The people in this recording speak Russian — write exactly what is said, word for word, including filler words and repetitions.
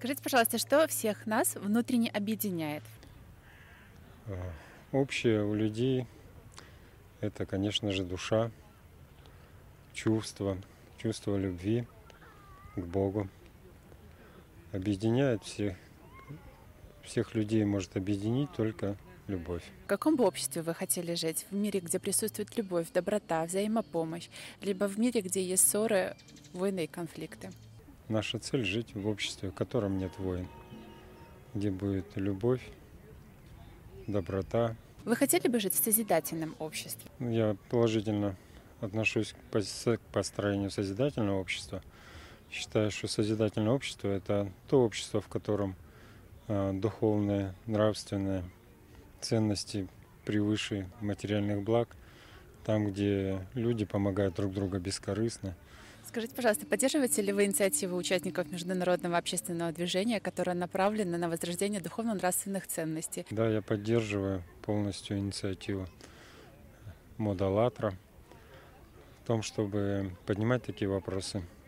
Скажите, пожалуйста, что всех нас внутренне объединяет? А, Общее у людей — это, конечно же, душа, чувство, чувство любви к Богу. Объединяет всех, всех людей может объединить только любовь. В каком бы обществе вы хотели жить? В мире, где присутствует любовь, доброта, взаимопомощь, либо в мире, где есть ссоры, войны и конфликты? Наша цель — жить в обществе, в котором нет войн, где будет любовь, доброта. Вы хотели бы жить в созидательном обществе? Я положительно отношусь к пос- к построению созидательного общества. Считаю, что созидательное общество — это то общество, в котором а, духовное, нравственное, ценности превыше материальных благ, там, где люди помогают друг другу бескорыстно. Скажите, пожалуйста, поддерживаете ли вы инициативу участников международного общественного движения, которое направлено на возрождение духовно-нравственных ценностей? Да, я поддерживаю полностью инициативу Мода АЛЛАТРА в том, чтобы поднимать такие вопросы.